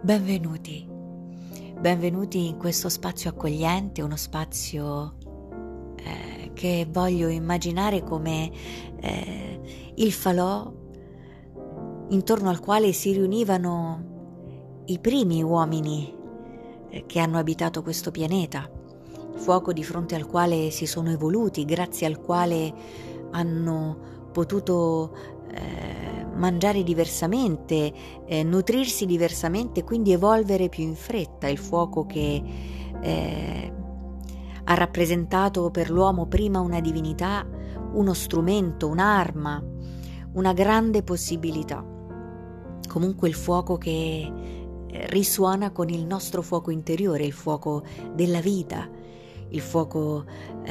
Benvenuti, benvenuti in questo spazio accogliente, uno spazio che voglio immaginare come il falò intorno al quale si riunivano i primi uomini che hanno abitato questo pianeta, il fuoco di fronte al quale si sono evoluti, grazie al quale hanno potuto mangiare diversamente, nutrirsi diversamente, quindi evolvere più in fretta, il fuoco che ha rappresentato per l'uomo prima una divinità, uno strumento, un'arma, una grande possibilità. Comunque il fuoco che risuona con il nostro fuoco interiore, il fuoco della vita, il fuoco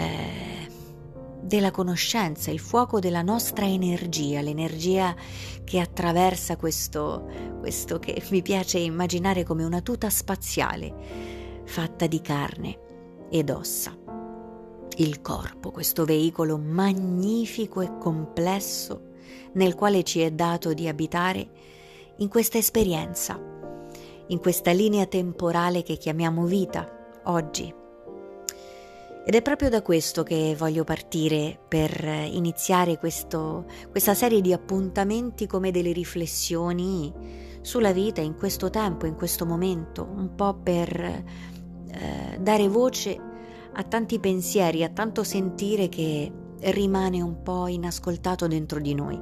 della conoscenza, il fuoco della nostra energia, l'energia che attraversa questo che mi piace immaginare come una tuta spaziale fatta di carne ed ossa. Il corpo, questo veicolo magnifico e complesso nel quale ci è dato di abitare in questa esperienza, in questa linea temporale che chiamiamo vita oggi. Ed è proprio da questo che voglio partire per iniziare questa serie di appuntamenti come delle riflessioni sulla vita in questo tempo, in questo momento, un po' per dare voce a tanti pensieri, a tanto sentire che rimane un po' inascoltato dentro di noi.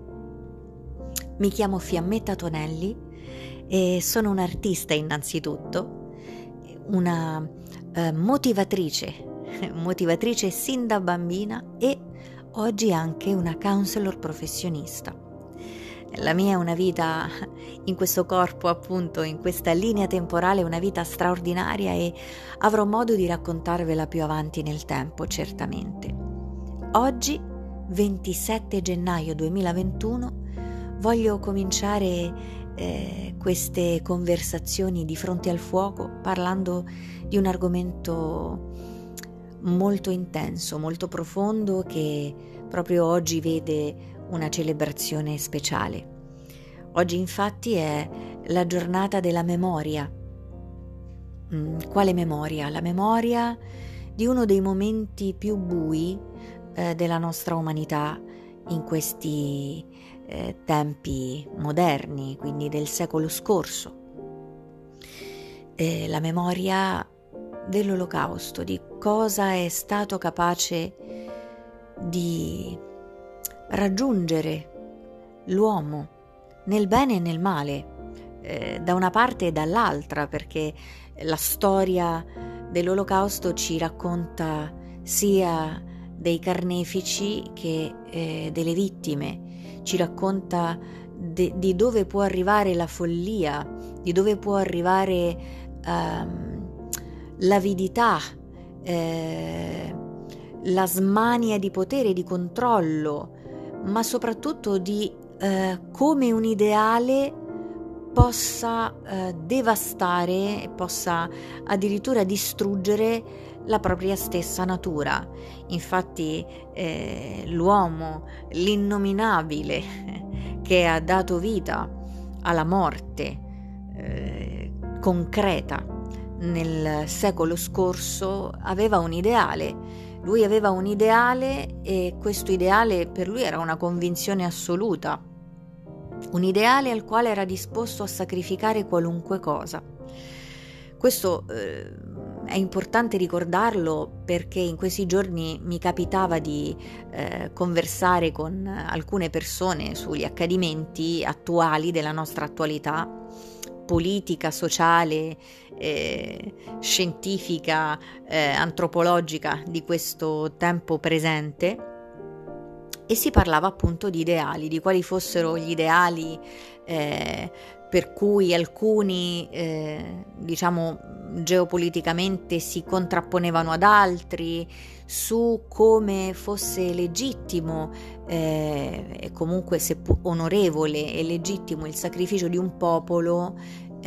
Mi chiamo Fiammetta Tonelli e sono un'artista innanzitutto, una motivatrice sin da bambina e oggi anche una counselor professionista. La mia è una vita in questo corpo, appunto, in questa linea temporale, una vita straordinaria e avrò modo di raccontarvela più avanti nel tempo, certamente. Oggi, 27 gennaio 2021, voglio cominciare queste conversazioni di fronte al fuoco parlando di un argomento molto intenso, molto profondo, che proprio oggi vede una celebrazione speciale. Oggi infatti è la giornata della memoria. Quale memoria? La memoria di uno dei momenti più bui della nostra umanità in questi tempi moderni, quindi del secolo scorso. La memoria dell'Olocausto, di cosa è stato capace di raggiungere l'uomo nel bene e nel male, da una parte e dall'altra, perché la storia dell'Olocausto ci racconta sia dei carnefici che delle vittime, ci racconta di dove può arrivare la follia, di dove può arrivare l'avidità, la smania di potere, di controllo, ma soprattutto di come un ideale possa devastare e possa addirittura distruggere la propria stessa natura. Infatti l'uomo, l'innominabile, che ha dato vita alla morte concreta nel secolo scorso, aveva un ideale. Lui aveva un ideale e questo ideale per lui era una convinzione assoluta, un ideale al quale era disposto a sacrificare qualunque cosa. Questo è importante ricordarlo perché in questi giorni mi capitava di conversare con alcune persone sugli accadimenti attuali della nostra attualità politica, sociale, scientifica, antropologica di questo tempo presente, e si parlava appunto di ideali, di quali fossero gli ideali per cui alcuni diciamo geopoliticamente si contrapponevano ad altri, su come fosse legittimo e comunque onorevole e legittimo il sacrificio di un popolo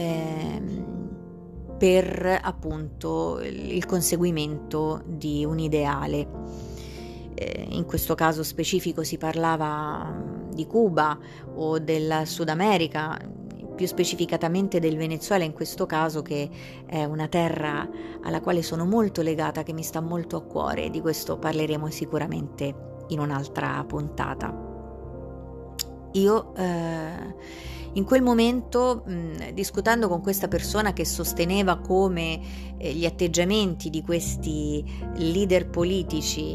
per appunto il conseguimento di un ideale. In questo caso specifico si parlava di Cuba o del Sud America, più specificatamente del Venezuela in questo caso, che è una terra alla quale sono molto legata, che mi sta molto a cuore, e di questo parleremo sicuramente in un'altra puntata. Io in quel momento, discutendo con questa persona che sosteneva come gli atteggiamenti di questi leader politici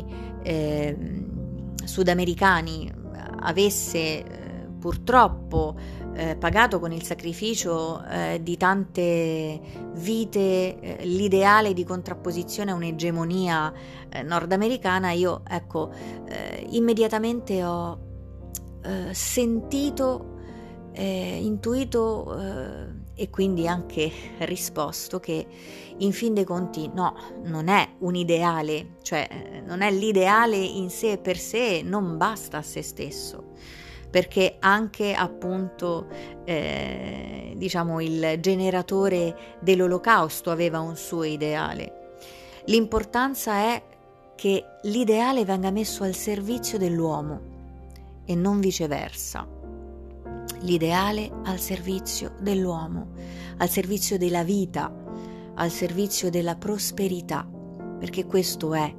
sudamericani avesse purtroppo pagato con il sacrificio di tante vite l'ideale di contrapposizione a un'egemonia nordamericana, io immediatamente ho sentito, intuito e quindi anche risposto che in fin dei conti no, non è un ideale, cioè non è l'ideale in sé e per sé, non basta a se stesso, perché anche appunto il generatore dell'Olocausto aveva un suo ideale. L'importanza è che l'ideale venga messo al servizio dell'uomo e non viceversa. L'ideale al servizio dell'uomo, al servizio della vita, al servizio della prosperità, perché questo è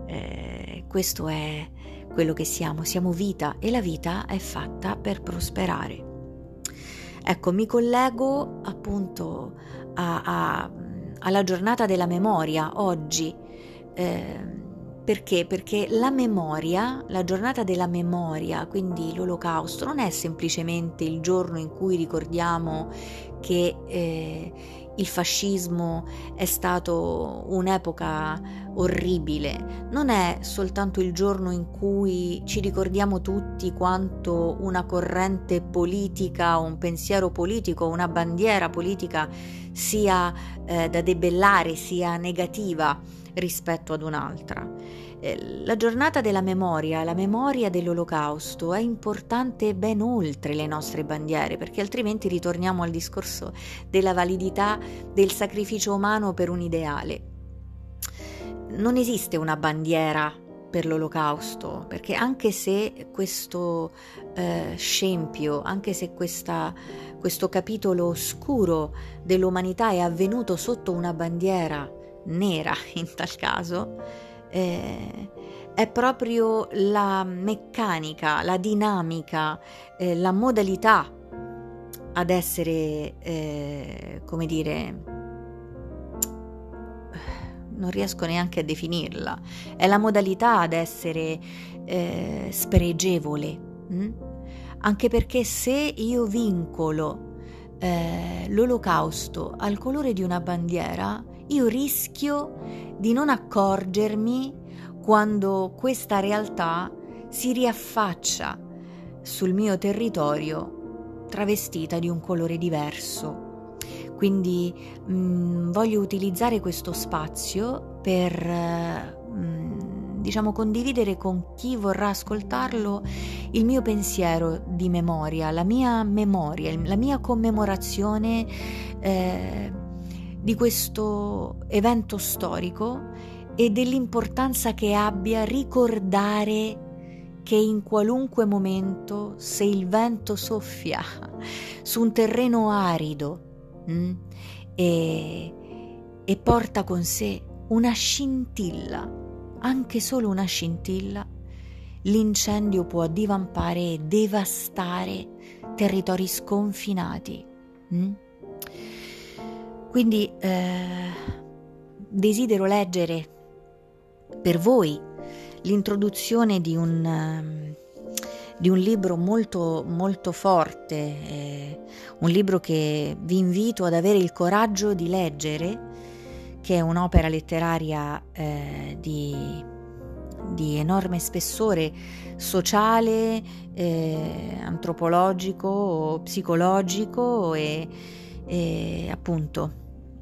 quello che siamo vita, e la vita è fatta per prosperare. Ecco, mi collego appunto alla giornata della memoria oggi, perché? Perché la memoria, la giornata della memoria, quindi l'Olocausto, non è semplicemente il giorno in cui ricordiamo che il fascismo è stato un'epoca orribile, non è soltanto il giorno in cui ci ricordiamo tutti quanto una corrente politica, un pensiero politico, una bandiera politica sia da debellare, sia negativa rispetto ad un'altra. La giornata della memoria, la memoria dell'Olocausto è importante ben oltre le nostre bandiere, perché altrimenti ritorniamo al discorso della validità del sacrificio umano per un ideale. Non esiste una bandiera per l'Olocausto, perché anche se questo scempio, anche se questo capitolo oscuro dell'umanità è avvenuto sotto una bandiera nera in tal caso, è proprio la meccanica, la dinamica, la modalità ad essere, non riesco neanche a definirla, è la modalità ad essere spregevole, anche perché se io vincolo l'Olocausto al colore di una bandiera, io rischio di non accorgermi quando questa realtà si riaffaccia sul mio territorio travestita di un colore diverso. Quindi voglio utilizzare questo spazio per condividere con chi vorrà ascoltarlo il mio pensiero di memoria, la mia commemorazione di questo evento storico e dell'importanza che abbia ricordare che in qualunque momento, se il vento soffia su un terreno arido e porta con sé una scintilla, anche solo una scintilla, l'incendio può divampare e devastare territori sconfinati. Quindi desidero leggere per voi l'introduzione di un libro molto molto forte, un libro che vi invito ad avere il coraggio di leggere, che è un'opera letteraria di enorme spessore sociale, antropologico, psicologico e appunto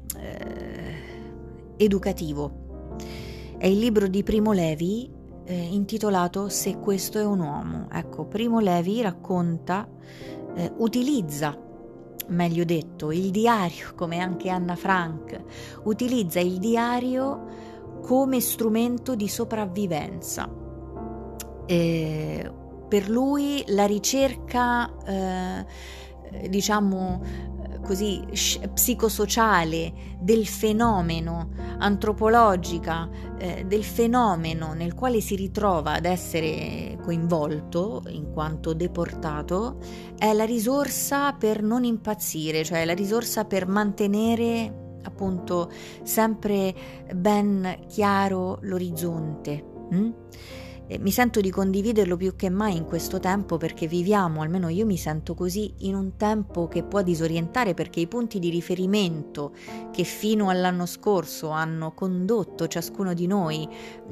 educativo. È il libro di Primo Levi intitolato Se questo è un uomo. Ecco, Primo Levi utilizza, meglio detto, il diario, come anche Anna Frank, utilizza il diario come strumento di sopravvivenza. Per lui la ricerca diciamo così psicosociale del fenomeno, antropologica del fenomeno nel quale si ritrova ad essere coinvolto in quanto deportato, è la risorsa per non impazzire, cioè la risorsa per mantenere appunto sempre ben chiaro l'orizzonte. Mi sento di condividerlo più che mai in questo tempo, perché viviamo, almeno io mi sento così, in un tempo che può disorientare, perché i punti di riferimento che fino all'anno scorso hanno condotto ciascuno di noi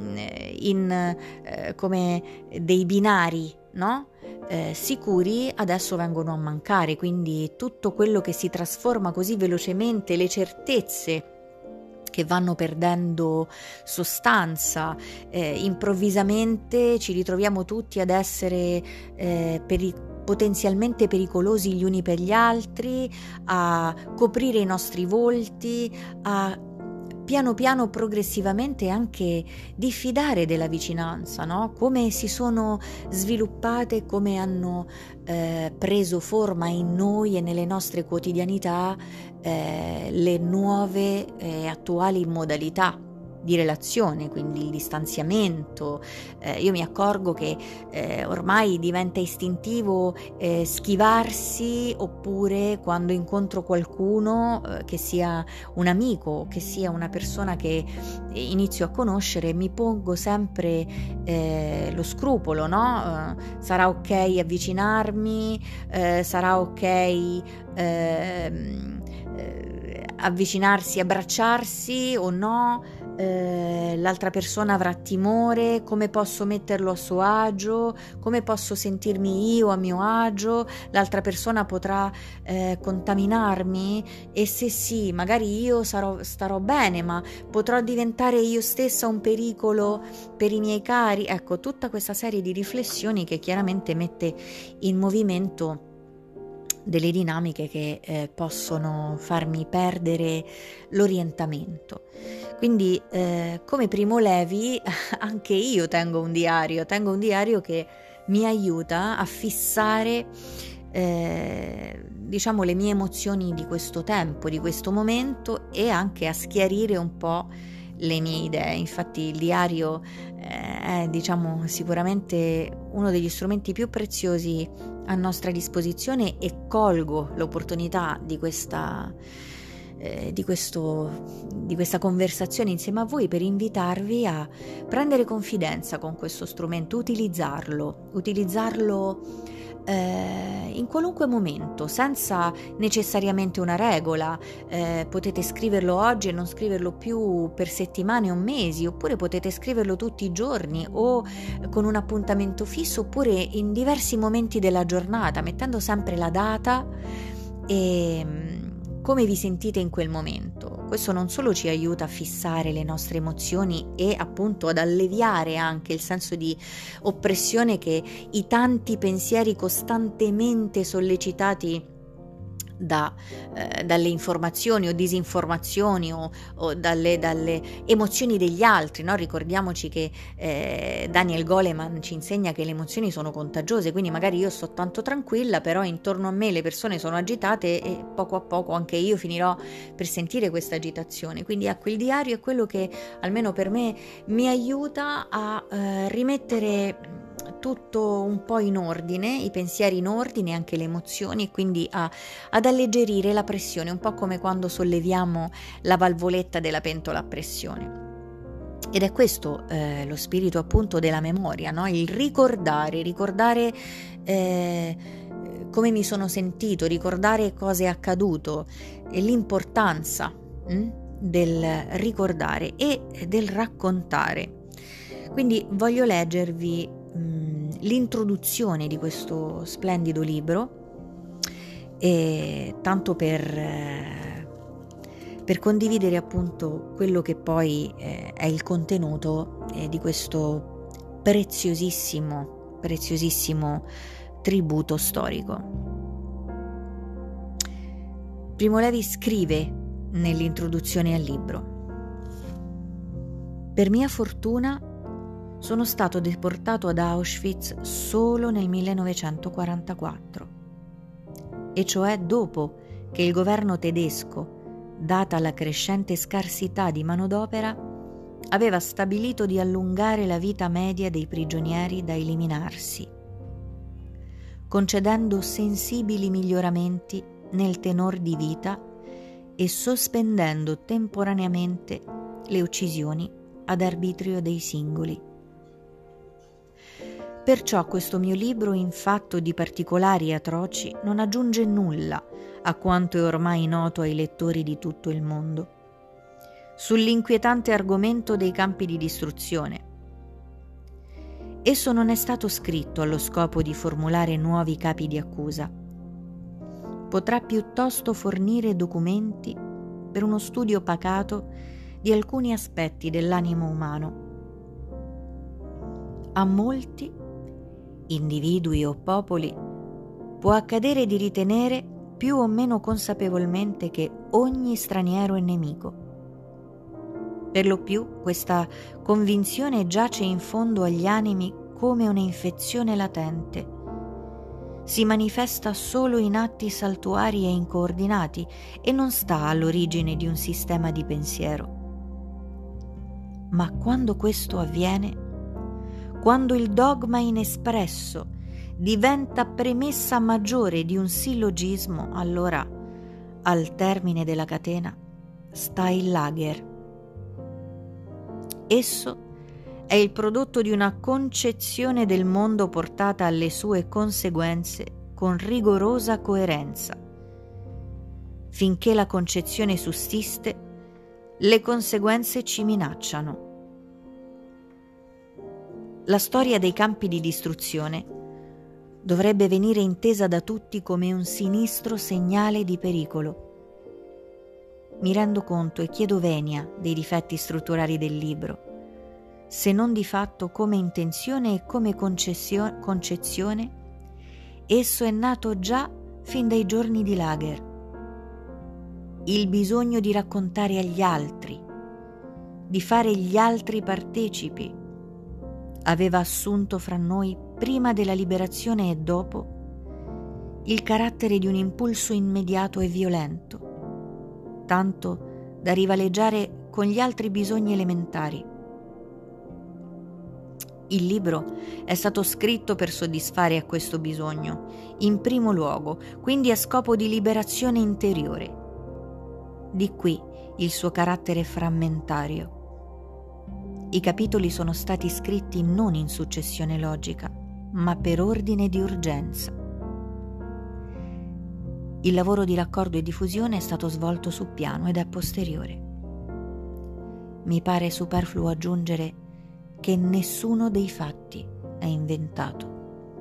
come dei binari, no? Sicuri, adesso vengono a mancare, quindi tutto quello che si trasforma così velocemente, le certezze che vanno perdendo sostanza, improvvisamente ci ritroviamo tutti ad essere potenzialmente pericolosi gli uni per gli altri, a coprire i nostri volti, a piano piano progressivamente anche diffidare della vicinanza, no? Come si sono sviluppate, come hanno preso forma in noi e nelle nostre quotidianità le nuove attuali modalità di relazione, quindi il distanziamento. Io mi accorgo che ormai diventa istintivo schivarsi, oppure quando incontro qualcuno che sia un amico, che sia una persona che inizio a conoscere, mi pongo sempre lo scrupolo, no? Sarà ok avvicinarmi, sarà ok avvicinarsi, abbracciarsi o no? L'altra persona avrà timore, come posso metterlo a suo agio, come posso sentirmi io a mio agio, l'altra persona potrà contaminarmi, e se sì, magari io starò bene, ma potrò diventare io stessa un pericolo per i miei cari. Ecco, tutta questa serie di riflessioni che chiaramente mette in movimento delle dinamiche che possono farmi perdere l'orientamento. Quindi come Primo Levi anche io tengo un diario che mi aiuta a fissare diciamo le mie emozioni di questo tempo, di questo momento, e anche a schiarire un po' le mie idee. Infatti il diario è, diciamo, sicuramente uno degli strumenti più preziosi a nostra disposizione, e colgo l'opportunità di questa conversazione insieme a voi per invitarvi a prendere confidenza con questo strumento, utilizzarlo in qualunque momento, senza necessariamente una regola. Potete scriverlo oggi e non scriverlo più per settimane o mesi, oppure potete scriverlo tutti i giorni o con un appuntamento fisso, oppure in diversi momenti della giornata, mettendo sempre la data e come vi sentite in quel momento. Questo non solo ci aiuta a fissare le nostre emozioni e appunto ad alleviare anche il senso di oppressione che i tanti pensieri costantemente sollecitati dalle informazioni o disinformazioni o dalle emozioni degli altri, no? Ricordiamoci che Daniel Goleman ci insegna che le emozioni sono contagiose, quindi magari io sto tanto tranquilla, però intorno a me le persone sono agitate e poco a poco anche io finirò per sentire questa agitazione. Quindi ecco, il diario è quello che almeno per me mi aiuta a rimettere tutto un po' in ordine, i pensieri in ordine, anche le emozioni, e quindi ad alleggerire la pressione, un po' come quando solleviamo la valvoletta della pentola a pressione. Ed è questo lo spirito appunto della memoria, no? Il ricordare come mi sono sentito, ricordare cosa è accaduto, e l'importanza del ricordare e del raccontare. Quindi voglio leggervi l'introduzione di questo splendido libro, tanto per condividere appunto quello che poi è il contenuto di questo preziosissimo tributo storico. Primo Levi scrive nell'introduzione al libro: per mia fortuna sono stato deportato ad Auschwitz solo nel 1944. e cioè dopo che il governo tedesco, data la crescente scarsità di manodopera, aveva stabilito di allungare la vita media dei prigionieri da eliminarsi, concedendo sensibili miglioramenti nel tenor di vita e sospendendo temporaneamente le uccisioni ad arbitrio dei singoli. Perciò questo mio libro, in fatto di particolari atroci, non aggiunge nulla a quanto è ormai noto ai lettori di tutto il mondo, sull'inquietante argomento dei campi di distruzione. Esso non è stato scritto allo scopo di formulare nuovi capi di accusa. Potrà piuttosto fornire documenti per uno studio pacato di alcuni aspetti dell'animo umano. A molti, individui o popoli, può accadere di ritenere più o meno consapevolmente che ogni straniero è nemico. Per lo più questa convinzione giace in fondo agli animi come un'infezione latente. Si manifesta solo in atti saltuari e incoordinati e non sta all'origine di un sistema di pensiero. Ma quando questo avviene, quando il dogma inespresso diventa premessa maggiore di un sillogismo, allora, al termine della catena, sta il lager. Esso è il prodotto di una concezione del mondo portata alle sue conseguenze con rigorosa coerenza. Finché la concezione sussiste, le conseguenze ci minacciano. La storia dei campi di distruzione dovrebbe venire intesa da tutti come un sinistro segnale di pericolo. Mi rendo conto e chiedo venia dei difetti strutturali del libro, se non di fatto come intenzione e come concezione, esso è nato già fin dai giorni di Lager. Il bisogno di raccontare agli altri, di fare gli altri partecipi, aveva assunto fra noi, prima della liberazione e dopo, il carattere di un impulso immediato e violento, tanto da rivaleggiare con gli altri bisogni elementari. Il libro è stato scritto per soddisfare a questo bisogno, in primo luogo, quindi a scopo di liberazione interiore. Di qui il suo carattere frammentario. I capitoli sono stati scritti non in successione logica, ma per ordine di urgenza. Il lavoro di raccordo e diffusione è stato svolto su piano ed è posteriore. Mi pare superfluo aggiungere che nessuno dei fatti è inventato.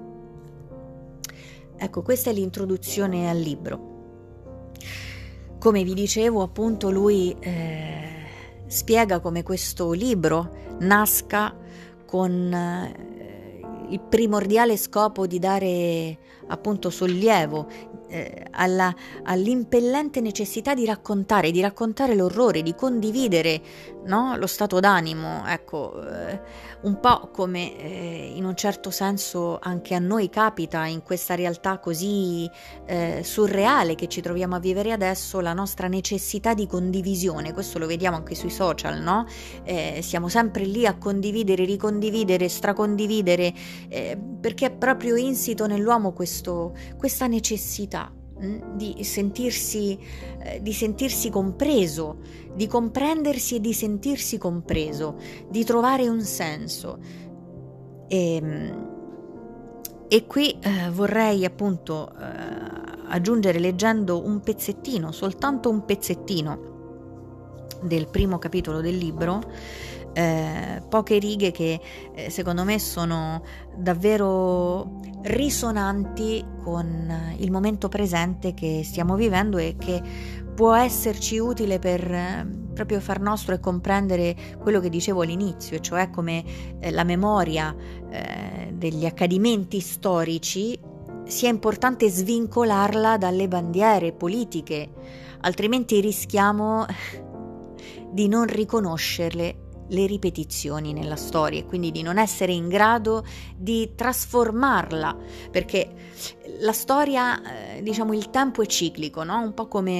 Ecco, questa è l'introduzione al libro. Come vi dicevo, appunto, lui spiega come questo libro nasca con il primordiale scopo di dare appunto sollievo all'impellente necessità di raccontare l'orrore, di condividere, no? Lo stato d'animo, ecco, un po' come in un certo senso anche a noi capita in questa realtà così surreale che ci troviamo a vivere adesso, la nostra necessità di condivisione. Questo lo vediamo anche sui social, no? Siamo sempre lì a condividere, ricondividere, stracondividere, perché è proprio insito nell'uomo questa necessità di sentirsi compreso, di comprendersi e di sentirsi compreso, di trovare un senso. E qui vorrei appunto aggiungere, leggendo un pezzettino, soltanto un pezzettino del primo capitolo del libro, poche righe che secondo me sono davvero risonanti con il momento presente che stiamo vivendo e che può esserci utile per proprio far nostro e comprendere quello che dicevo all'inizio, e cioè come la memoria degli accadimenti storici sia importante svincolarla dalle bandiere politiche, altrimenti rischiamo di non riconoscerle le ripetizioni nella storia e quindi di non essere in grado di trasformarla, perché la storia, diciamo, il tempo è ciclico, no? Un po' come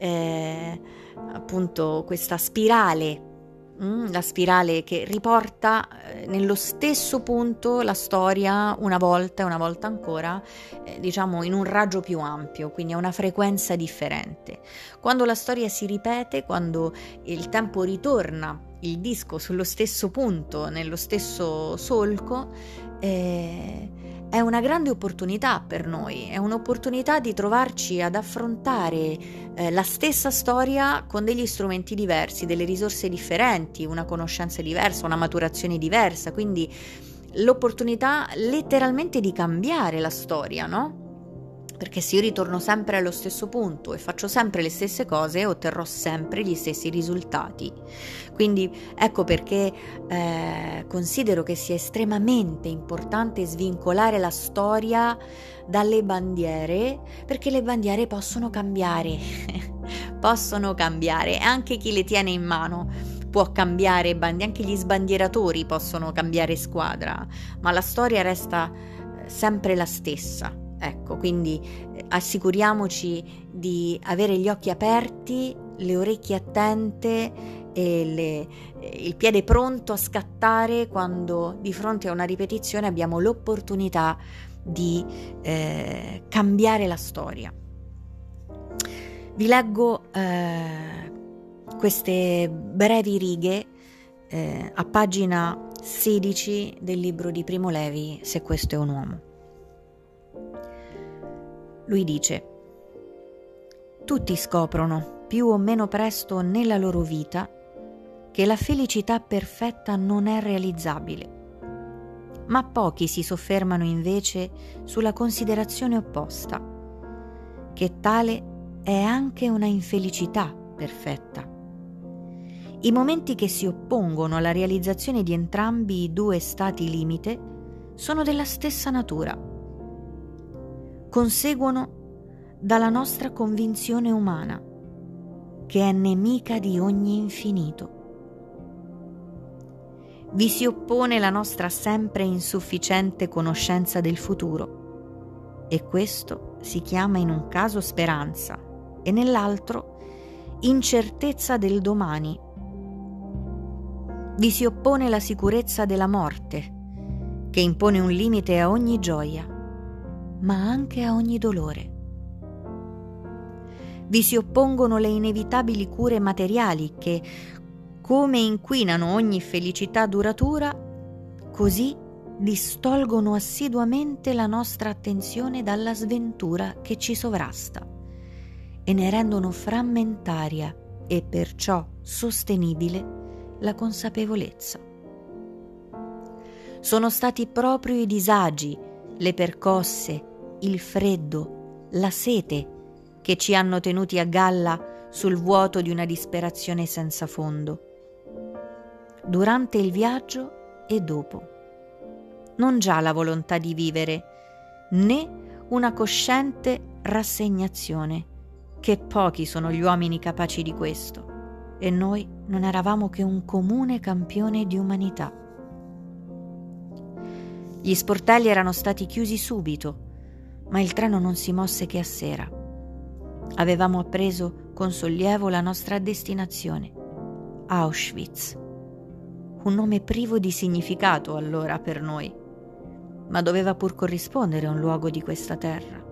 appunto questa spirale, la spirale che riporta nello stesso punto la storia una volta e una volta ancora, diciamo in un raggio più ampio, quindi a una frequenza differente. Quando la storia si ripete, quando il tempo ritorna il disco sullo stesso punto, nello stesso solco, è una grande opportunità per noi, è un'opportunità di trovarci ad affrontare la stessa storia con degli strumenti diversi, delle risorse differenti, una conoscenza diversa, una maturazione diversa, quindi l'opportunità letteralmente di cambiare la storia, no? Perché se io ritorno sempre allo stesso punto e faccio sempre le stesse cose, otterrò sempre gli stessi risultati. Quindi ecco perché considero che sia estremamente importante svincolare la storia dalle bandiere, perché le bandiere possono cambiare, possono cambiare, anche chi le tiene in mano può cambiare, anche gli sbandieratori possono cambiare squadra, ma la storia resta sempre la stessa. Ecco, quindi assicuriamoci di avere gli occhi aperti, le orecchie attente e il piede pronto a scattare quando di fronte a una ripetizione abbiamo l'opportunità di cambiare la storia. Vi leggo queste brevi righe a pagina 16 del libro di Primo Levi, Se questo è un uomo. Lui dice: tutti scoprono, più o meno presto nella loro vita, che la felicità perfetta non è realizzabile, ma pochi si soffermano invece sulla considerazione opposta, che tale è anche una infelicità perfetta. I momenti che si oppongono alla realizzazione di entrambi i due stati limite sono della stessa natura. Conseguono dalla nostra convinzione umana, che è nemica di ogni infinito. Vi si oppone la nostra sempre insufficiente conoscenza del futuro, e questo si chiama in un caso speranza e nell'altro incertezza del domani. Vi si oppone la sicurezza della morte, che impone un limite a ogni gioia, ma anche a ogni dolore. Vi si oppongono le inevitabili cure materiali che, come inquinano ogni felicità duratura, così distolgono assiduamente la nostra attenzione dalla sventura che ci sovrasta e ne rendono frammentaria e perciò sostenibile la consapevolezza. Sono stati proprio i disagi, le percosse, il freddo, la sete che ci hanno tenuti a galla sul vuoto di una disperazione senza fondo, durante il viaggio e dopo. Non già la volontà di vivere, né una cosciente rassegnazione, che pochi sono gli uomini capaci di questo, e noi non eravamo che un comune campione di umanità. Gli sportelli erano stati chiusi subito, ma il treno non si mosse che a sera. Avevamo appreso con sollievo la nostra destinazione, Auschwitz. Un nome privo di significato allora per noi, ma doveva pur corrispondere a un luogo di questa terra.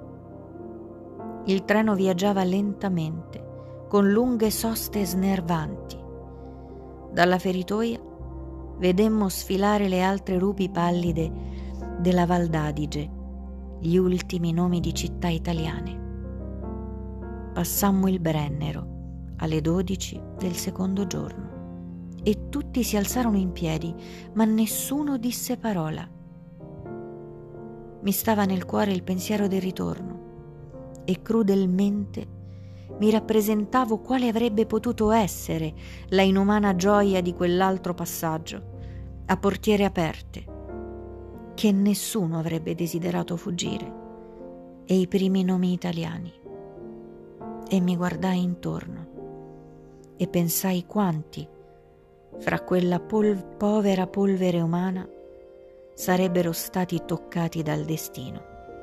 Il treno viaggiava lentamente, con lunghe soste snervanti. Dalla feritoia vedemmo sfilare le altre rupi pallide della Val d'Adige, gli ultimi nomi di città italiane. Passammo il Brennero alle 12 del secondo giorno e tutti si alzarono in piedi, ma nessuno disse parola. Mi stava nel cuore il pensiero del ritorno e crudelmente mi rappresentavo quale avrebbe potuto essere la inumana gioia di quell'altro passaggio, a portiere aperte, che nessuno avrebbe desiderato fuggire, e i primi nomi italiani. E mi guardai intorno e pensai quanti, fra quella povera polvere umana sarebbero stati toccati dal destino.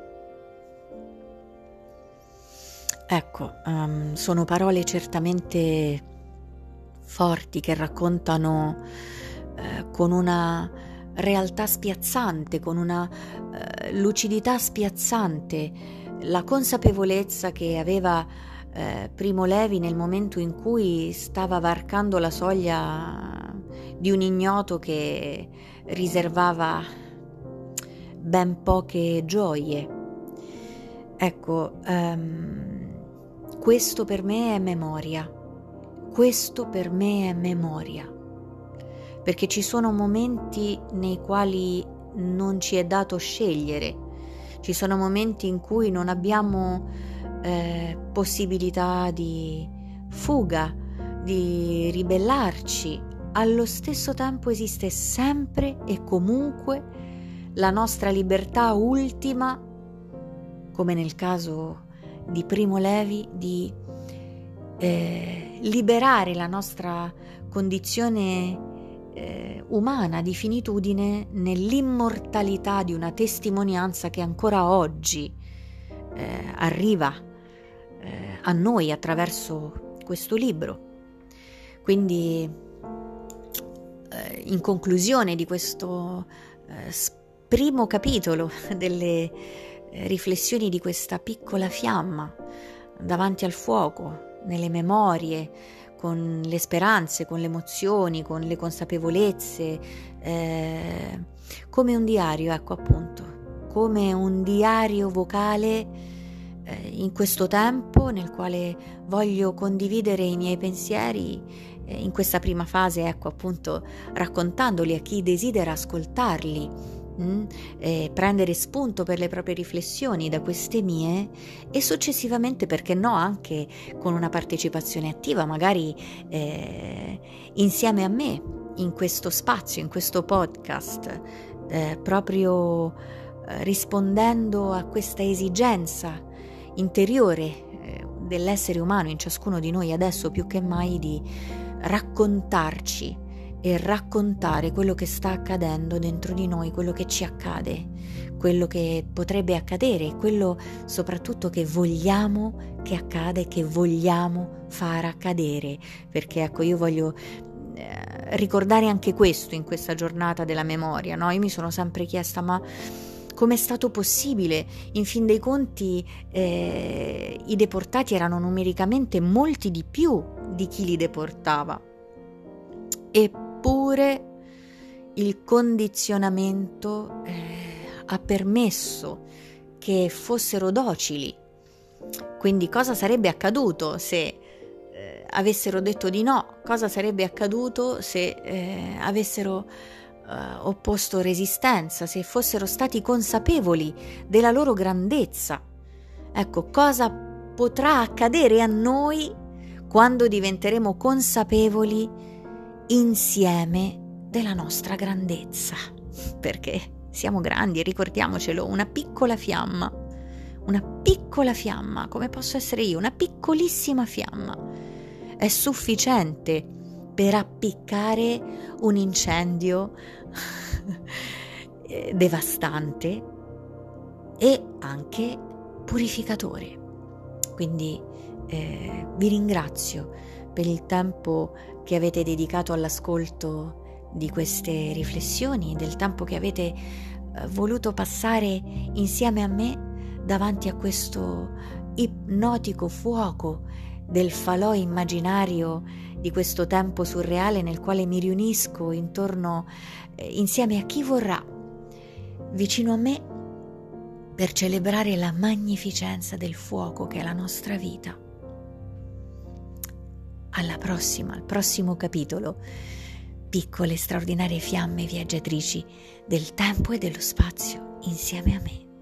Ecco, sono parole certamente forti che raccontano con una realtà spiazzante, con una lucidità spiazzante, la consapevolezza che aveva Primo Levi nel momento in cui stava varcando la soglia di un ignoto che riservava ben poche gioie. Ecco, questo per me è memoria. Questo per me è memoria. Perché ci sono momenti nei quali non ci è dato scegliere, ci sono momenti in cui non abbiamo possibilità di fuga, di ribellarci. Allo stesso tempo esiste sempre e comunque la nostra libertà ultima, come nel caso di Primo Levi, di liberare la nostra condizione umana di finitudine nell'immortalità di una testimonianza che ancora oggi arriva a noi attraverso questo libro. Quindi in conclusione di questo primo capitolo delle riflessioni di questa piccola fiamma davanti al fuoco, nelle memorie, con le speranze, con le emozioni, con le consapevolezze, come un diario, ecco appunto, come un diario vocale in questo tempo nel quale voglio condividere i miei pensieri in questa prima fase, ecco appunto, raccontandoli a chi desidera ascoltarli, prendere spunto per le proprie riflessioni da queste mie e successivamente, perché no, anche con una partecipazione attiva, magari insieme a me in questo spazio, in questo podcast, proprio rispondendo a questa esigenza interiore dell'essere umano in ciascuno di noi adesso più che mai di raccontarci e raccontare quello che sta accadendo dentro di noi, quello che ci accade, quello che potrebbe accadere, quello soprattutto che vogliamo che accada e che vogliamo far accadere, perché ecco, io voglio ricordare anche questo in questa giornata della memoria, no? Io mi sono sempre chiesta, ma come è stato possibile? In fin dei conti i deportati erano numericamente molti di più di chi li deportava. Eppure il condizionamento ha permesso che fossero docili. Quindi cosa sarebbe accaduto se avessero detto di no? Cosa sarebbe accaduto se avessero opposto resistenza, se fossero stati consapevoli della loro grandezza? Ecco, cosa potrà accadere a noi quando diventeremo consapevoli insieme della nostra grandezza? Perché siamo grandi, ricordiamocelo, una piccola fiamma, come posso essere io, una piccolissima fiamma, è sufficiente per appiccare un incendio devastante e anche purificatore. Quindi vi ringrazio per il tempo che avete dedicato all'ascolto di queste riflessioni, del tempo che avete voluto passare insieme a me davanti a questo ipnotico fuoco del falò immaginario di questo tempo surreale nel quale mi riunisco intorno insieme a chi vorrà vicino a me per celebrare la magnificenza del fuoco che è la nostra vita. Alla prossima, al prossimo capitolo, piccole straordinarie fiamme viaggiatrici del tempo e dello spazio insieme a me.